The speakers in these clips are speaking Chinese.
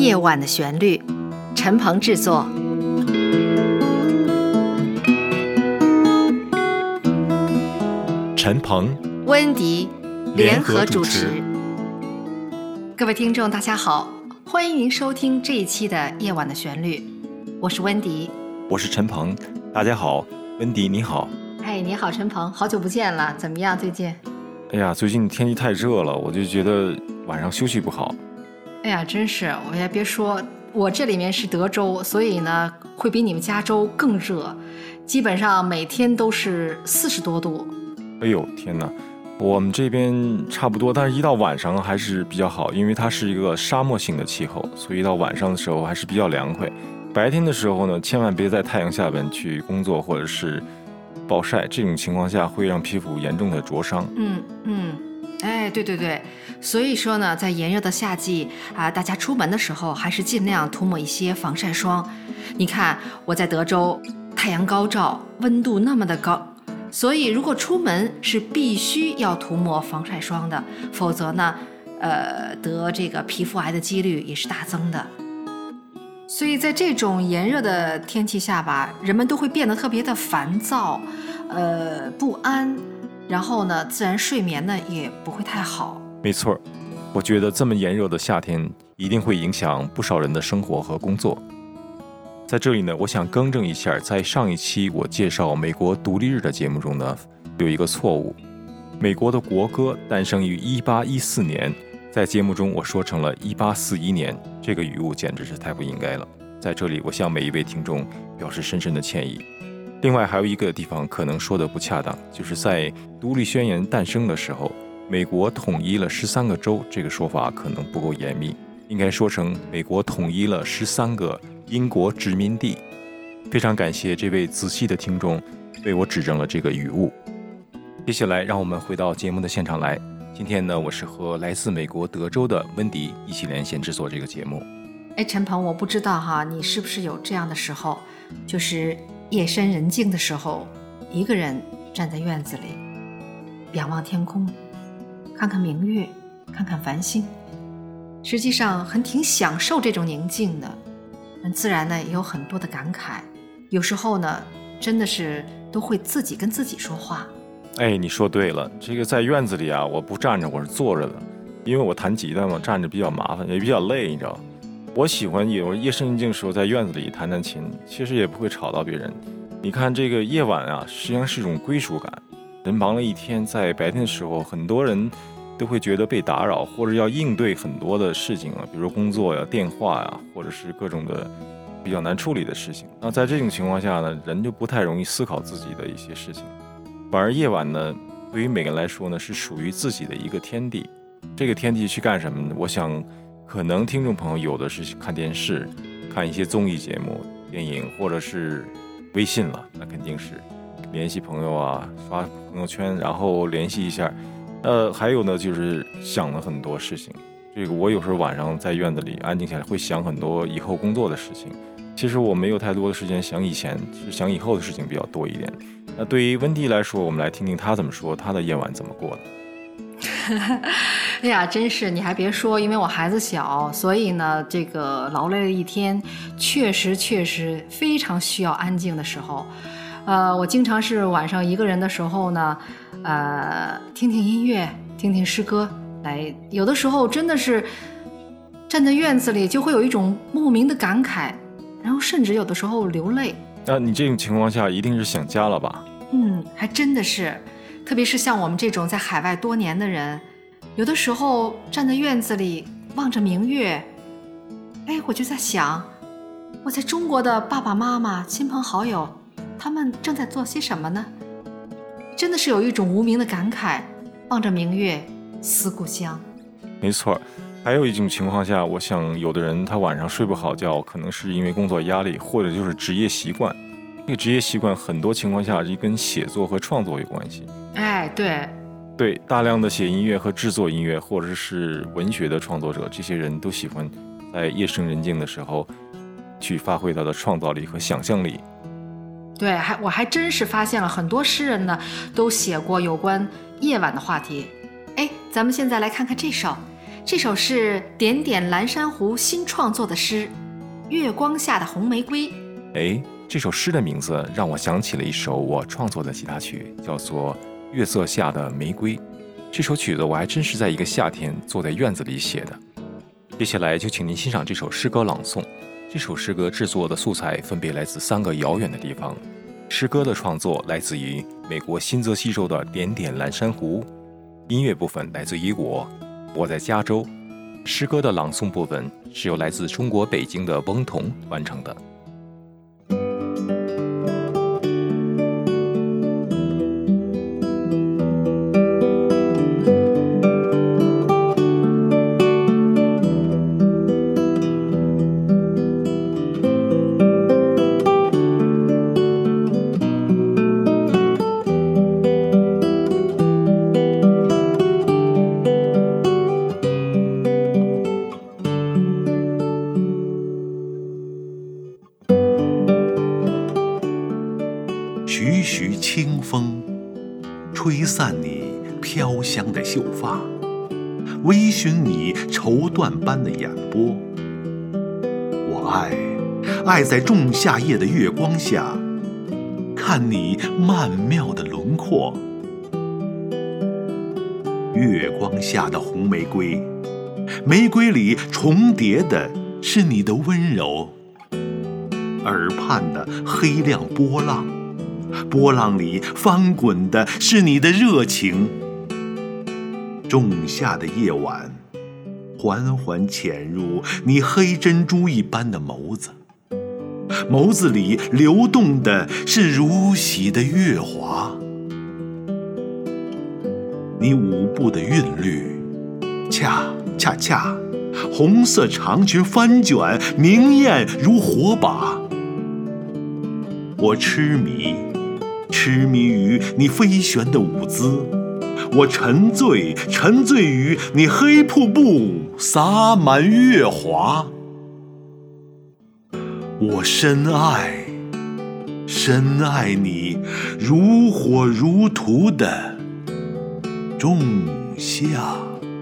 夜晚的旋律，陈鹏制作。 陈鹏、 温迪联合主持。各位听众大家好，欢迎您收听这一期的夜晚的旋律，我是温迪， 我是陈鹏。大家好，温迪你好。 哎，你好陈鹏，好久不见了，怎么样最近？ 哎呀，最近天气太热了，我就觉得晚上休息不好。 哎呀，真是，我也别说，我这里面是德州，所以呢会比你们加州更热，基本上每天都是40多度。 哎呦天哪，我们这边差不多，但是一到晚上还是比较好，因为它是一个沙漠性的气候，所以到晚上的时候还是比较凉快。白天的时候呢，千万别在太阳下边去工作或者是暴晒，这种情况下会让皮肤严重的灼伤。 哎，对，所以说呢，在炎热的夏季啊，大家出门的时候还是尽量涂抹一些防晒霜。你看我在德州，太阳高照，温度那么的高，所以如果出门是必须要涂抹防晒霜的，否则呢，得这个皮肤癌的几率也是大增的。所以在这种炎热的天气下吧，人们都会变得特别的烦躁，不安。然后呢，自然睡眠呢也不会太好。 没错，我觉得这么炎热的夏天一定会影响不少人的生活和工作。在这里呢，我想更正一下，在上一期我介绍美国独立日的节目中呢，有一个错误。美国的国歌诞生于1814年，在节目中我说成了1841年，这个语误简直是太不应该了。在这里，我向每一位听众表示深深的歉意。另外还有一个地方可能说的不恰当，就是在独立宣言诞生的时候，美国统一了13个州，这个说法可能不够严密，应该说成美国统一了13个英国殖民地。非常感谢这位仔细的听众为我指正了这个语误。接下来让我们回到节目的现场来。今天呢，我是和来自美国德州的温迪一起连线制作这个节目。 哎，陈鹏，我不知道哈，你是不是有这样的时候，就是夜深人静的时候，一个人站在院子里，仰望天空，看看明月，看看繁星，实际上挺享受这种宁静的。自然呢也有很多的感慨，有时候呢真的是都会自己跟自己说话。 哎，你说对了，这个在院子里啊，我不站着，我是坐着的，因为我弹吉他嘛，站着比较麻烦，也比较累，你知道。我喜欢有夜深人静的时候在院子里弹弹琴，其实也不会吵到别人。你看这个夜晚啊，实际上是一种归属感。人忙了一天，在白天的时候，很多人都会觉得被打扰，或者要应对很多的事情啊，比如工作呀、电话呀，或者是各种的比较难处理的事情。那在这种情况下呢，人就不太容易思考自己的一些事情。反而夜晚呢，对于每个人来说呢，是属于自己的一个天地。这个天地去干什么呢？我想可能听众朋友有的是看电视，看一些综艺节目、电影，或者是微信了，那肯定是联系朋友啊，刷朋友圈，然后联系一下。还有呢，就是想了很多事情。这个我有时候晚上在院子里安静下来，会想很多以后工作的事情。其实我没有太多的时间想以前，是想以后的事情比较多一点。那对于温迪来说，我们来听听他怎么说，他的夜晚怎么过的。 哎呀，真是，你还别说，因为我孩子小，所以呢，这个劳累了一天，确实非常需要安静的时候。我经常是晚上一个人的时候呢，听听音乐，听听诗歌，来，有的时候真的是站在院子里就会有一种莫名的感慨，然后甚至有的时候流泪。 你这种情况下一定是想家了吧？ 还真的是，特别是像我们这种在海外多年的人，有的时候站在院子里望着明月，我就在想，我在中国的爸爸妈妈、亲朋好友，他们正在做些什么呢？真的是有一种无名的感慨，望着明月思故乡。 没错，还有一种情况下，我想有的人他晚上睡不好觉，可能是因为工作压力，或者就是职业习惯。这个职业习惯很多情况下是跟写作和创作有关系。 对， 大量的写音乐和制作音乐，或者是文学的创作者，这些人都喜欢在夜深人静的时候去发挥他的创造力和想象力。 对，我还真是发现了很多诗人呢，都写过有关夜晚的话题。咱们现在来看看这首这首是点点蓝珊瑚新创作的诗《月光下的红玫瑰》。 这首诗的名字让我想起了一首我创作的吉他曲，叫做《月色下的玫瑰》。这首曲子我还真是在一个夏天坐在院子里写的。接下来就请您欣赏这首诗歌朗诵。这首诗歌制作的素材分别来自3个遥远的地方。诗歌的创作来自于美国新泽西州的点点蓝珊瑚，音乐部分来自于我在加州。诗歌的朗诵部分是由来自中国北京的翁彤完成的。 徐徐清风吹散你飘香的秀发，微醺你绸缎般的眼波。我爱在仲夏夜的月光下，看你曼妙的轮廓。月光下的红玫瑰，玫瑰里重叠的是你的温柔，耳畔的黑亮波浪，波浪里翻滚的是你的热情。仲夏的夜晚，缓缓潜入你黑珍珠一般的眸子，眸子里流动的是如洗的月华。你舞步的韵律，恰恰恰，红色长裙翻卷，明艳如火把。我痴迷于你飞旋的舞姿，我沉醉于你黑瀑布洒满月华。我深爱你如火如荼的仲夏。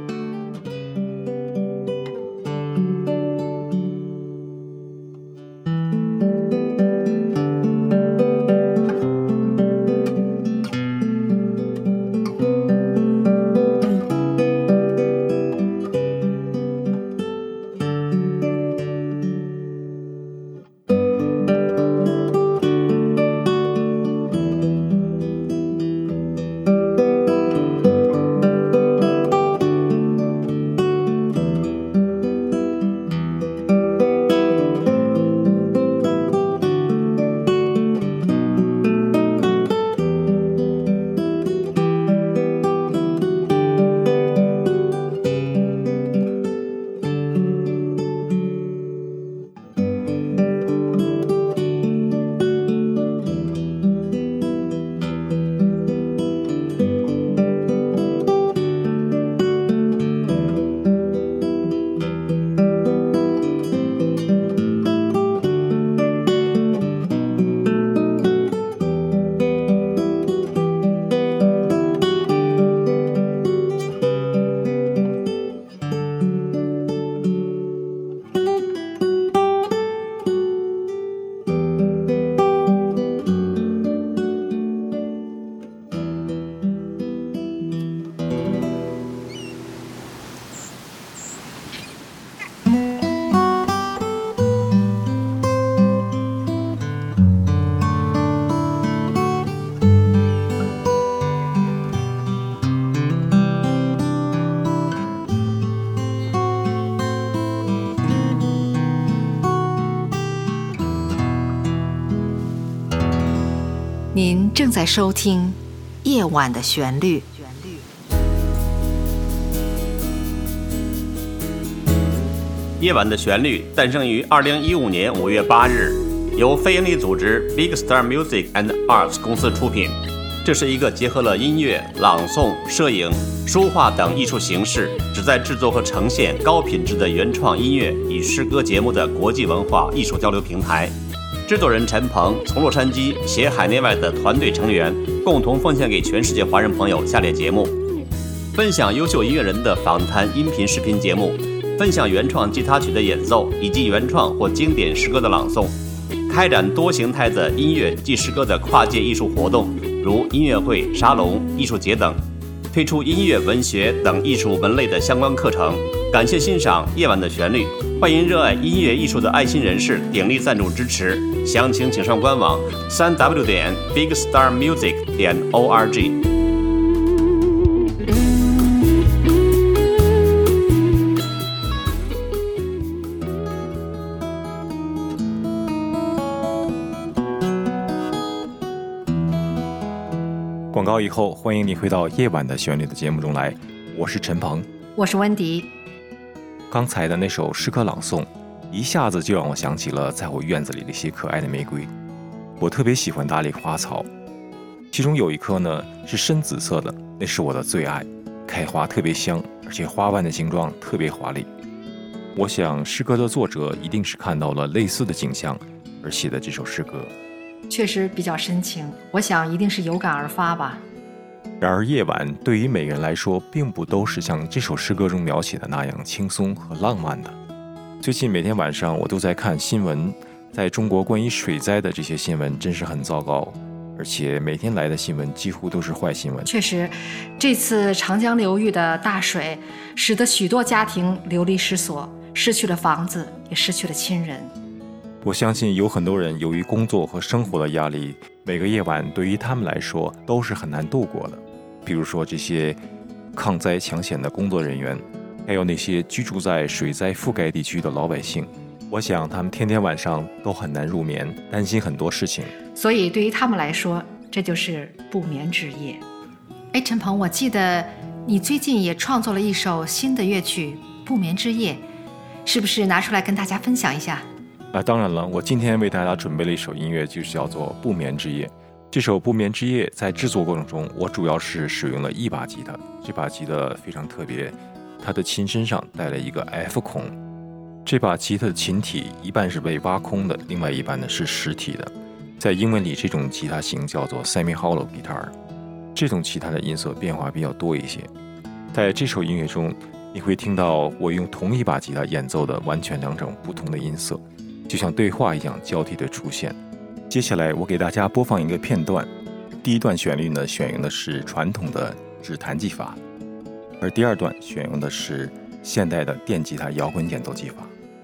您正在收听《夜晚的旋律》。 夜晚的旋律诞生于2015年5月8日，由非营利组织 Big Star Music and Arts 公司出品。这是一个结合了音乐、朗诵、摄影、书画等艺术形式，旨在制作和呈现高品质的原创音乐与诗歌节目的国际文化艺术交流平台。制作人陈鹏从洛杉矶携海内外的团队成员，共同奉献给全世界华人朋友下列节目： 分享优秀音乐人的访谈音频视频节目，分享原创吉他曲的演奏以及原创或经典诗歌的朗诵，开展多形态的音乐及诗歌的跨界艺术活动，如音乐会、沙龙、艺术节等，推出音乐、文学等艺术门类的相关课程。感谢欣赏夜晚的旋律，欢迎热爱音乐艺术的爱心人士鼎力赞助支持，详情请上官网3w.bigstarmusic.org。 广告以后，欢迎你回到夜晚的旋律的节目中来，我是陈鹏， 我是温迪。 刚才的那首诗歌朗诵，一下子就让我想起了在我院子里的一些可爱的玫瑰。我特别喜欢打理花草，其中有一棵呢是深紫色的，那是我的最爱，开花特别香，而且花瓣的形状特别华丽。我想诗歌的作者一定是看到了类似的景象而写的这首诗歌。 确实比较深情，我想一定是有感而发吧。 然而夜晚对于每个人来说，并不都是像这首诗歌中描写的那样轻松和浪漫的。最近每天晚上我都在看新闻，在中国关于水灾的这些新闻真是很糟糕，而且每天来的新闻几乎都是坏新闻。 确实，这次长江流域的大水使得许多家庭流离失所，失去了房子，也失去了亲人。 我相信有很多人由于工作和生活的压力，每个夜晚对于他们来说都是很难度过的。比如说这些抗灾抢险的工作人员，还有那些居住在水灾覆盖地区的老百姓，我想他们天天晚上都很难入眠，担心很多事情。 所以对于他们来说，这就是不眠之夜。哎，陈鹏，我记得你最近也创作了一首新的乐曲《不眠之夜》，是不是拿出来跟大家分享一下？ 当然了，我今天为大家准备了一首音乐，就是叫做《不眠之夜》。这首《不眠之夜》在制作过程中，我主要是使用了一把吉他，这把吉他非常特别，它的琴身上带了一个 F 孔。这把吉他的琴体一半是被挖空的，另外一半呢是实体的。在英文里，这种吉他型叫做 semi-hollow guitar。这种吉他的音色变化比较多一些。在这首音乐中，你会听到我用同一把吉他演奏的完全两种不同的音色，就像对话一样交替的出现。接下来我给大家播放一个片段，第一段旋律呢选用的是传统的指弹技法，而第二段选用的是现代的电吉他摇滚演奏技法。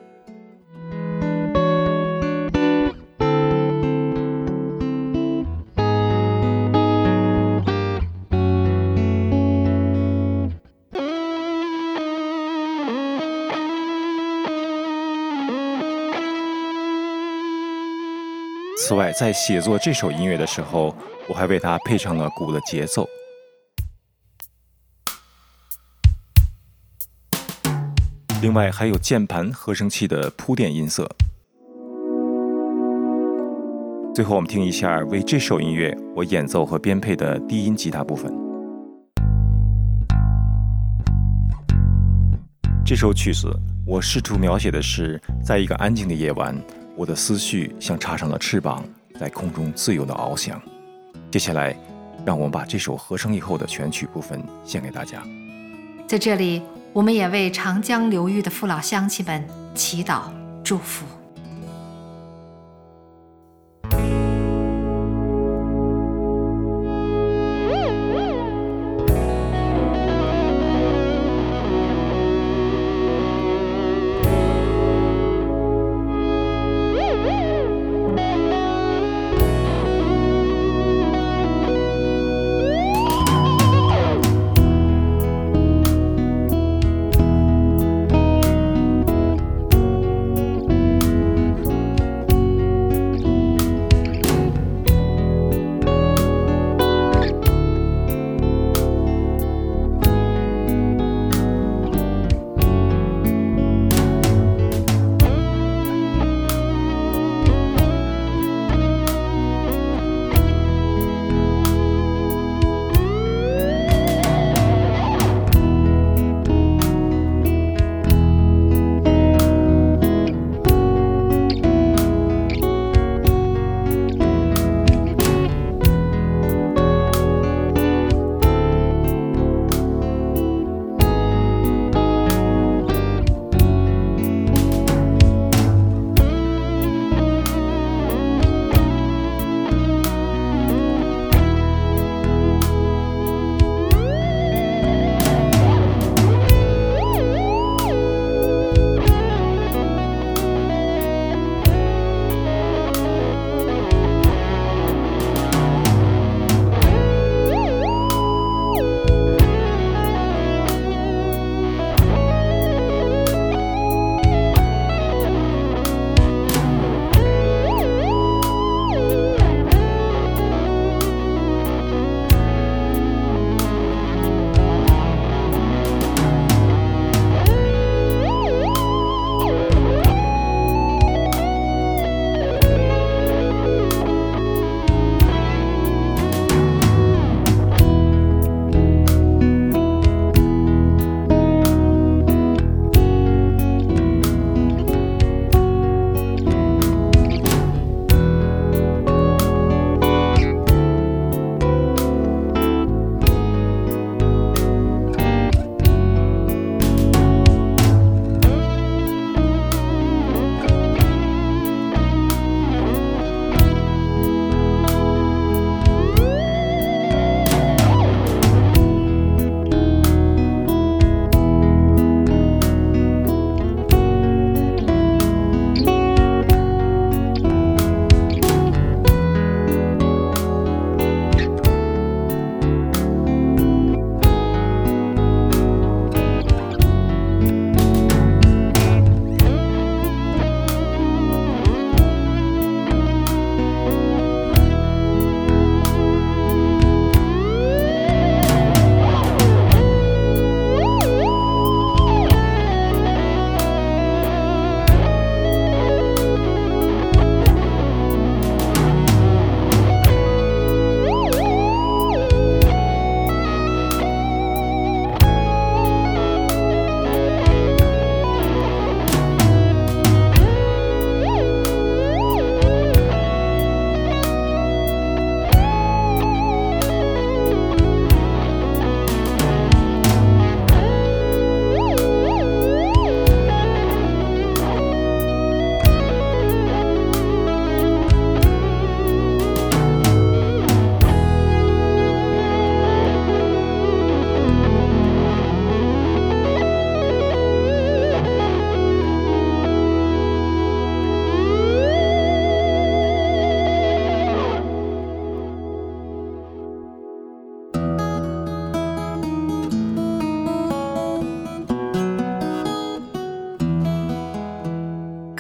此外，在写作这首音乐的时候，我还为它配上了鼓的节奏。另外还有键盘合成器的铺垫音色。最后我们听一下为这首音乐我演奏和编配的低音吉他部分。这首曲子我试图描写的是，在一个安静的夜晚，我的思绪像插上了翅膀，在空中自由地翱翔。接下来让我们把这首合成以后的全曲部分献给大家。 在这里，我们也为长江流域的父老乡亲们祈祷祝福。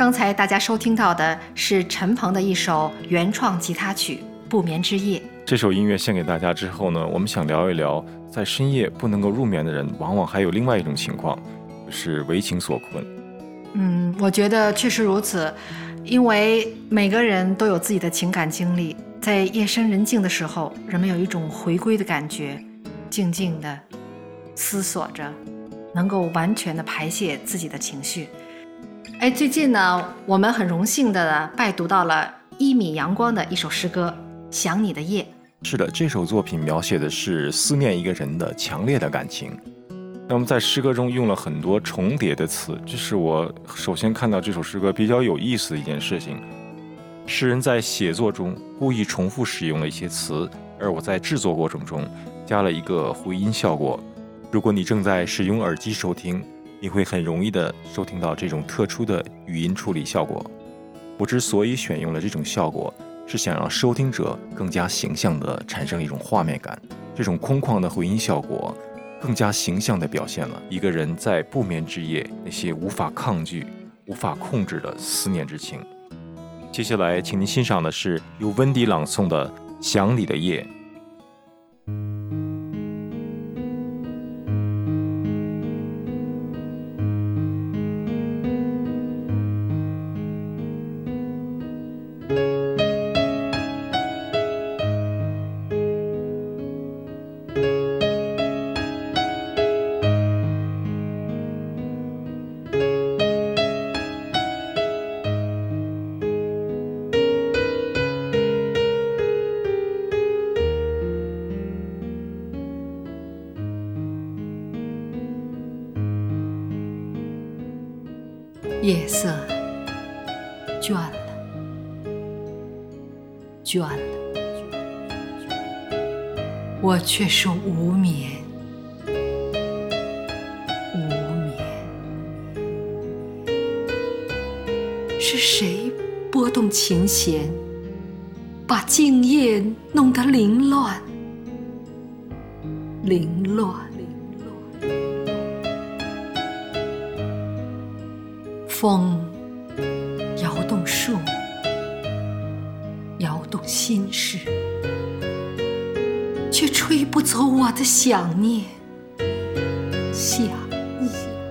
刚才大家收听到的是陈鹏的一首原创吉他曲《不眠之夜》。 这首音乐献给大家之后呢，我们想聊一聊，在深夜不能够入眠的人，往往还有另外一种情况，就是为情所困。 我觉得确实如此，因为每个人都有自己的情感经历，在夜深人静的时候，人们有一种回归的感觉，静静的思索着，能够完全的排泄自己的情绪。最近呢，我们很荣幸的拜读到了一米阳光的一首诗歌《想你的夜》。 是的，这首作品描写的是思念一个人的强烈的感情。那么在诗歌中用了很多重叠的词，这是我首先看到这首诗歌比较有意思的一件事情。诗人在写作中故意重复使用了一些词，而我在制作过程中加了一个回音效果。如果你正在使用耳机收听，你会很容易地收听到这种特殊的语音处理效果。我之所以选用了这种效果，是想让收听者更加形象地产生一种画面感。这种空旷的回音效果更加形象地表现了一个人在不眠之夜那些无法抗拒、无法控制的思念之情。接下来请您欣赏的是由温迪朗诵的《想你的夜》。 夜色倦了，倦了，我却是无眠，无眠。是谁拨动琴弦，把静夜弄得凌乱，凌乱。风摇动树，摇动心事，却吹不走我的想念。想念，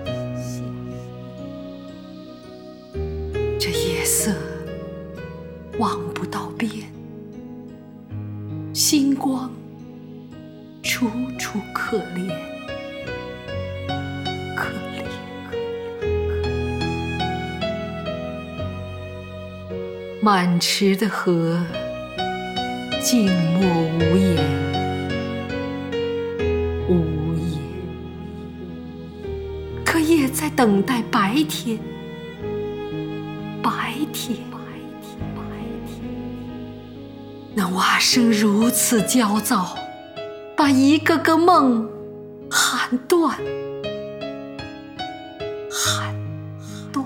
这夜色望不到边，星光楚楚可怜。满池的河，静默无言，无言。可也在等待白天，白天。那蛙声如此焦躁，把一个个梦喊断，喊断。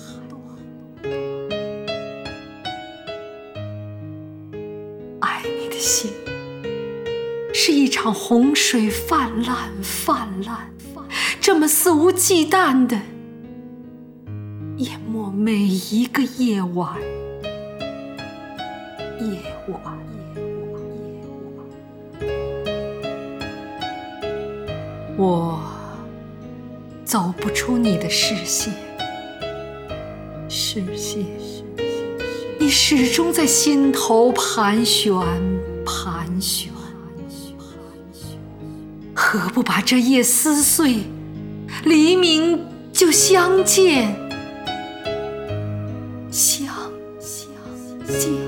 爱你的心是一场洪水泛滥，这么肆无忌惮地淹没每一个夜晚。我走不出你的视线，你始终在心头盘旋。何不把这夜撕碎，黎明就相见，相见。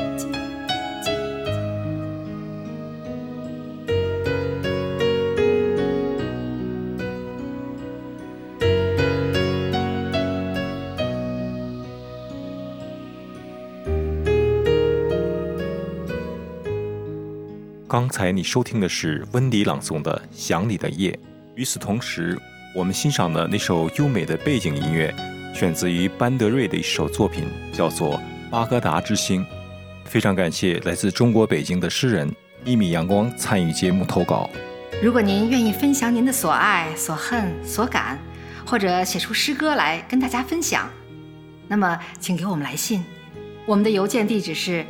刚才你收听的是温迪朗诵的《想你的夜》，与此同时，我们欣赏的那首优美的背景音乐，选自于班德瑞的一首作品，叫做《巴格达之星》。非常感谢来自中国北京的诗人一米阳光参与节目投稿。 如果您愿意分享您的所爱、所恨、所感，或者写出诗歌来跟大家分享， 那么请给我们来信，我们的邮件地址是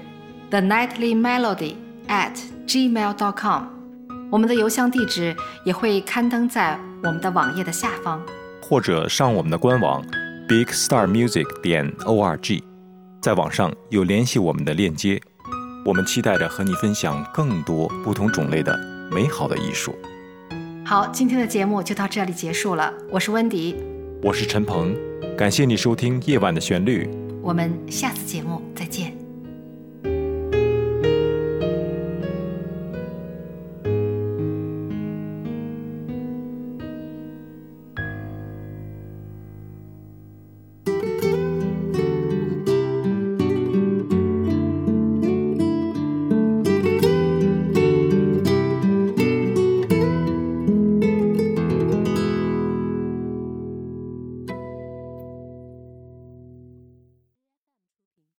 thenightlymelody@gmail.com， 我们的邮箱地址也会刊登在我们的网页的下方， 或者上我们的官网 bigstarmusic.org， 在网上有联系我们的链接。我们期待着和你分享更多不同种类的美好的艺术。 好，今天的节目就到这里结束了，我是温迪， 我是陈鹏，感谢你收听《夜晚的旋律》， 我们下次节目